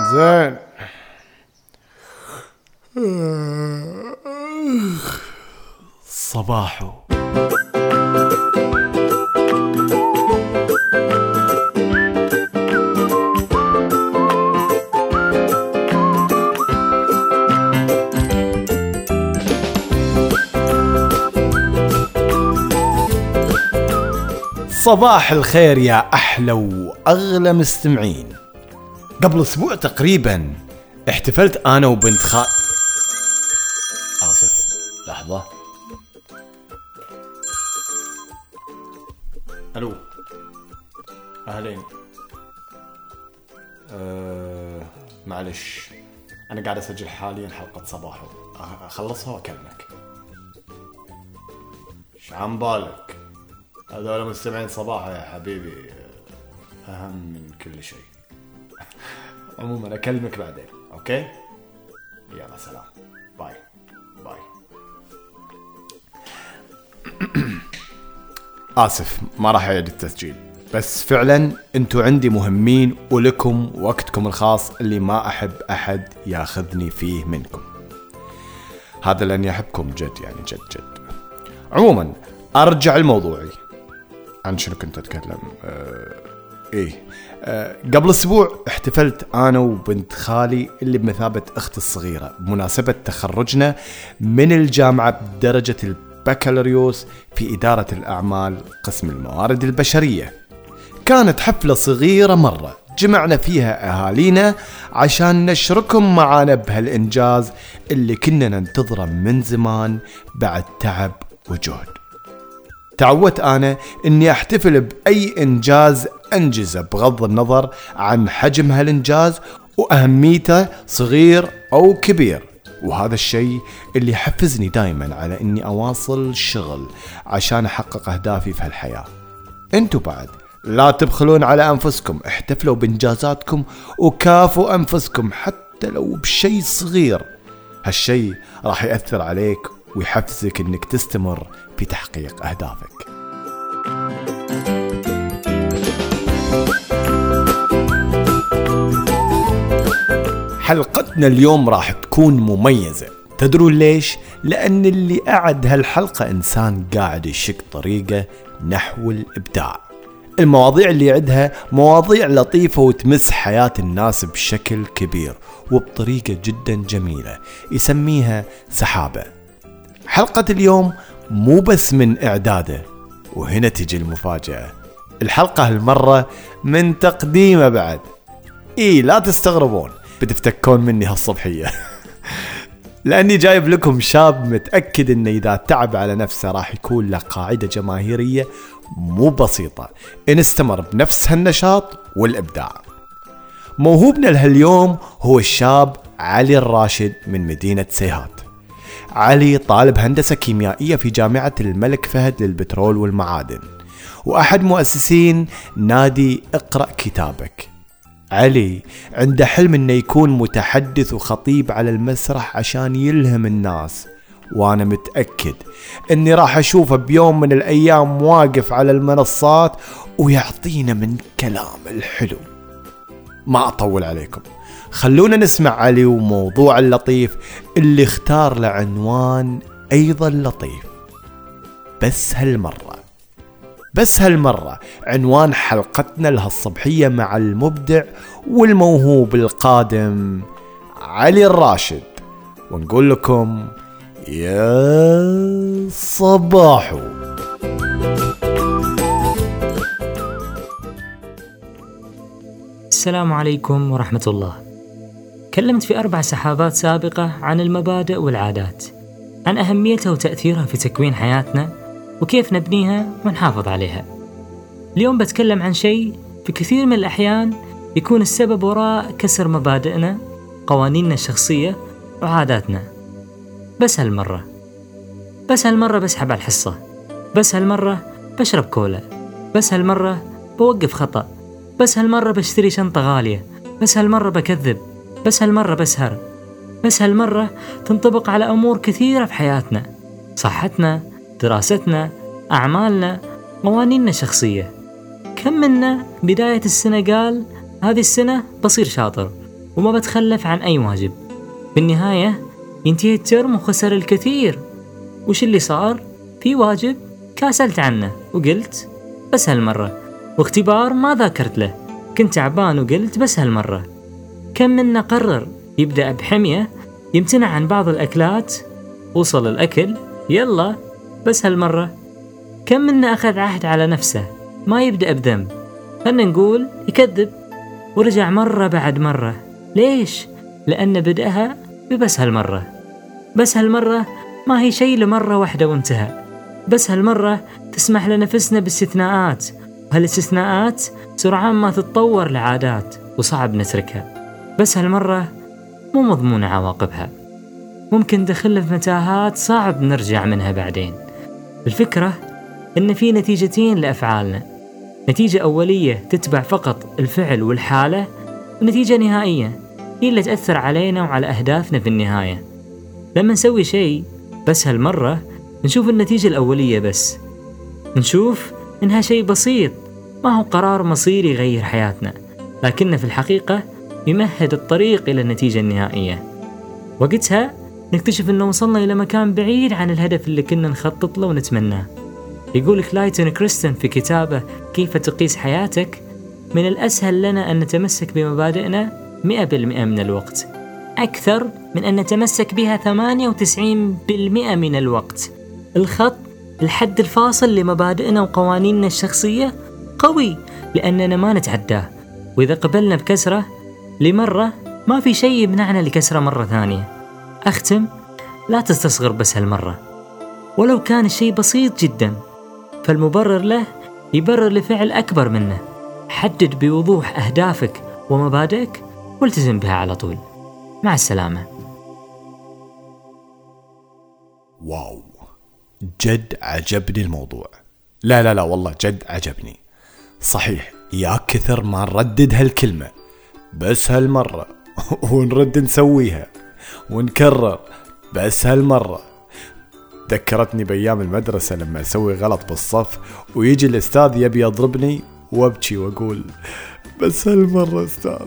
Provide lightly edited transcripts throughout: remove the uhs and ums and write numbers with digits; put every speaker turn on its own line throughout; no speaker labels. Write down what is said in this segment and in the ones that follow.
زين. صباحو. صباح الخير يا أحلى وأغلى مستمعين. قبل أسبوع تقريبا احتفلت أنا وبنت آسف لحظة. ألو أهلين. معلش أنا قاعد أسجل حاليا حلقة صباحو، أخلصها وأكلمك. شعن بالك هذول مستمعين صباحا يا حبيبي أهم من كل شيء. عموما أكلمك بعدين، أوكي؟ يلا سلام، باي باي. آسف ما راح أعيد التسجيل، بس فعلا أنتوا عندي مهمين ولكم وقتكم الخاص اللي ما أحب أحد ياخذني فيه منكم. هذا لأني أحبكم جد، يعني جد جد. عموما أرجع لموضوعي. عن شنو كنت أتكلم؟ قبل أسبوع احتفلت أنا وبنت خالي اللي بمثابة أختي الصغيرة بمناسبة تخرجنا من الجامعة بدرجة البكالوريوس في إدارة الأعمال قسم الموارد البشرية. كانت حفلة صغيرة مرة جمعنا فيها أهالينا عشان نشركهم معانا بهالإنجاز اللي كنا ننتظره من زمان بعد تعب وجهد. تعودت أنا أني أحتفل بأي إنجاز أنجزه بغض النظر عن حجم هالإنجاز وأهميته صغير أو كبير، وهذا الشيء اللي يحفزني دايما على أني أواصل شغل عشان أحقق أهدافي في هالحياة. أنتوا بعد لا تبخلون على أنفسكم، احتفلوا بإنجازاتكم وكافوا أنفسكم حتى لو بشيء صغير. هالشيء راح يأثر عليك ويحفزك أنك تستمر في تحقيق أهدافك. حلقتنا اليوم راح تكون مميزة. تدرون ليش؟ لأن اللي قعد هالحلقة إنسان قاعد يشق طريقة نحو الإبداع. المواضيع اللي يعدها مواضيع لطيفة وتمس حياة الناس بشكل كبير وبطريقة جدا جميلة، يسميها سحابة. حلقة اليوم مو بس من إعداده، وهنا تجي المفاجأة، الحلقة هالمرة من تقديمه بعد. لا تستغربون بتفتكون مني هالصبحية. لأني جايب لكم شاب متأكد إنه إذا تعب على نفسه راح يكون له قاعدة جماهيرية مو بسيطة إن استمر بنفس هالنشاط والإبداع. موهوبنا لهاليوم هو الشاب علي الراشد من مدينة سيهات. علي طالب هندسة كيميائية في جامعة الملك فهد للبترول والمعادن، وأحد مؤسسين نادي اقرأ كتابك. علي عنده حلم إنه يكون متحدث وخطيب على المسرح عشان يلهم الناس، وأنا متأكد إني راح أشوفه بيوم من الأيام واقف على المنصات ويعطينا من كلام الحلو. ما أطول عليكم، خلونا نسمع علي وموضوع اللطيف اللي اختار له عنوان أيضا لطيف. بس هالمرة عنوان حلقتنا لهالصبحية مع المبدع والموهوب القادم علي الراشد، ونقول لكم يا صباحو.
السلام عليكم ورحمة الله. كلمت في 4 سحابات سابقة عن المبادئ والعادات، عن أهميتها وتأثيرها في تكوين حياتنا وكيف نبنيها ونحافظ عليها. اليوم بتكلم عن شيء في كثير من الأحيان يكون السبب وراء كسر مبادئنا، قوانيننا الشخصية وعاداتنا. بس هالمرة بسحب على الحصة، بس هالمرة بشرب كولا، بس هالمرة بوقف خطأ، بس هالمرة بشتري شنطة غالية، بس هالمرة بكذب، بس هالمرة بسهر، بس هالمرة تنطبق على أمور كثيرة في حياتنا، صحتنا، دراستنا، أعمالنا، قوانيننا الشخصية. كم منا بداية السنة قال هذه السنة بصير شاطر، وما بتخلف عن أي واجب. في النهاية ينتهي الترم وخسر الكثير. وش اللي صار؟ في واجب كاسلت عنه وقلت بس هالمرة، واختبار ما ذاكرت له، كنت تعبان وقلت بس هالمرة. كم منا قرر يبدأ بحمية، يمتنع عن بعض الأكلات، وصل الأكل يلا بس هالمرة. كم منا أخذ عهد على نفسه ما يبدأ بذنب، خلنا نقول يكذب، ورجع مرة بعد مرة. ليش؟ لأن بدأها ببس هالمرة. بس هالمرة ما هي شيء لمرة واحدة وانتهى. بس هالمرة تسمح لنفسنا باستثناءات، وهالاستثناءات سرعان ما تتطور لعادات وصعب نتركها. بس هالمرة مو مضمونة عواقبها، ممكن دخلنا في متاهات صعب نرجع منها بعدين. الفكرة إن في نتيجتين لأفعالنا، نتيجة أولية تتبع فقط الفعل والحالة، ونتيجة نهائية هي اللي تأثر علينا وعلى أهدافنا في النهاية. لما نسوي شيء بس هالمرة نشوف النتيجة الأولية بس، نشوف إنها شيء بسيط، ما هو قرار مصيري يغير حياتنا، لكنه في الحقيقة يمهد الطريق إلى النتيجة النهائية. وقتها نكتشف إنه وصلنا إلى مكان بعيد عن الهدف اللي كنا نخطط له ونتمناه. يقول كلايتون كريستن في كتابه كيف تقيس حياتك: من الأسهل لنا أن نتمسك بمبادئنا 100% من الوقت، أكثر من أن نتمسك بها 98% من الوقت. الخط، الحد الفاصل لمبادئنا وقوانيننا الشخصية قوي لأننا ما نتعداه، وإذا قبلنا بكسرة لمرة ما في شيء يمنعنا لكسرة مرة ثانية. أختم: لا تستصغر بس هالمرة، ولو كان الشيء بسيط جدا، فالمبرر له يبرر لفعل أكبر منه. حدد بوضوح أهدافك ومبادئك والتزم بها على طول. مع السلامة.
واو، جد عجبني الموضوع. لا والله جد عجبني. صحيح يا كثر ما نردد هالكلمة بس هالمرة ونرد نسويها ونكرر بس هالمرة. ذكرتني بأيام المدرسة لما أسوي غلط بالصف ويجي الأستاذ يبي يضربني وابكي وأقول بس هالمرة أستاذ.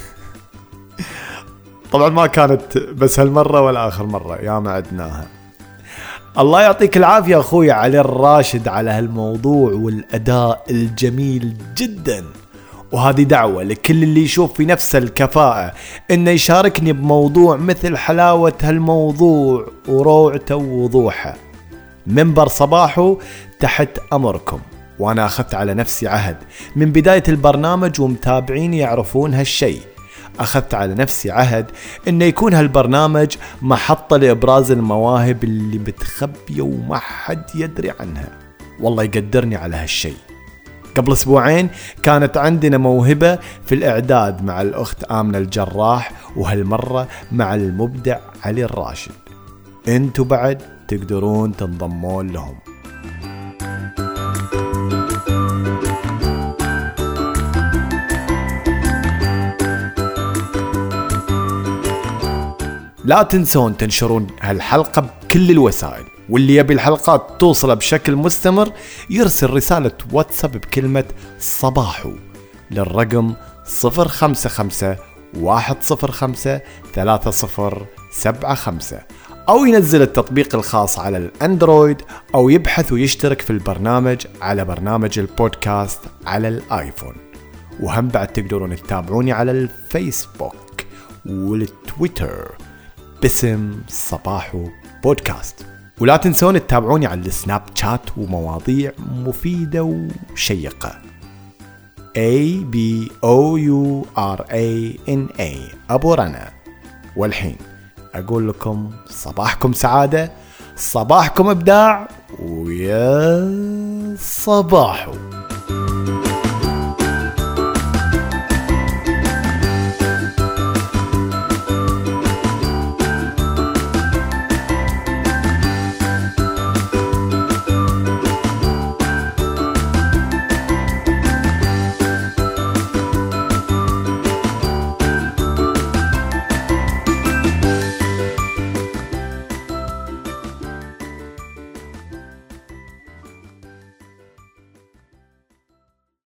طبعا ما كانت بس هالمرة ولا آخر مرة، يا ما عدناها. الله يعطيك العافية أخوي علي الراشد على هالموضوع والأداء الجميل جدا. وهذه دعوة لكل اللي يشوف في نفس الكفاءة إنه يشاركني بموضوع مثل حلاوة هالموضوع وروعته ووضوحه. منبر صباحو تحت أمركم، وأنا أخذت على نفسي عهد من بداية البرنامج، ومتابعين يعرفون هالشي. أخذت على نفسي عهد إنه يكون هالبرنامج محطة لإبراز المواهب اللي متخبية وما حد يدري عنها. والله يقدرني على هالشي. قبل أسبوعين كانت عندنا موهبة في الإعداد مع الأخت آمنة الجراح، وهالمرة مع المبدع علي الراشد. انتوا بعد تقدرون تنضمون لهم. لا تنسون تنشرون هالحلقة بكل الوسائل، واللي يبي الحلقات توصل بشكل مستمر يرسل رسالة واتساب بكلمة صباحو للرقم 0551053075، أو ينزل التطبيق الخاص على الأندرويد، أو يبحث ويشترك في البرنامج على برنامج البودكاست على الآيفون. وهم بعد تقدرون تتابعوني على الفيسبوك والتويتر باسم صباحو بودكاست. ولا تنسون تتابعوني على السناب شات ومواضيع مفيدة وشيقة. ABOURANA أبو رنا. والحين أقول لكم صباحكم سعادة، صباحكم إبداع، ويا صباحو.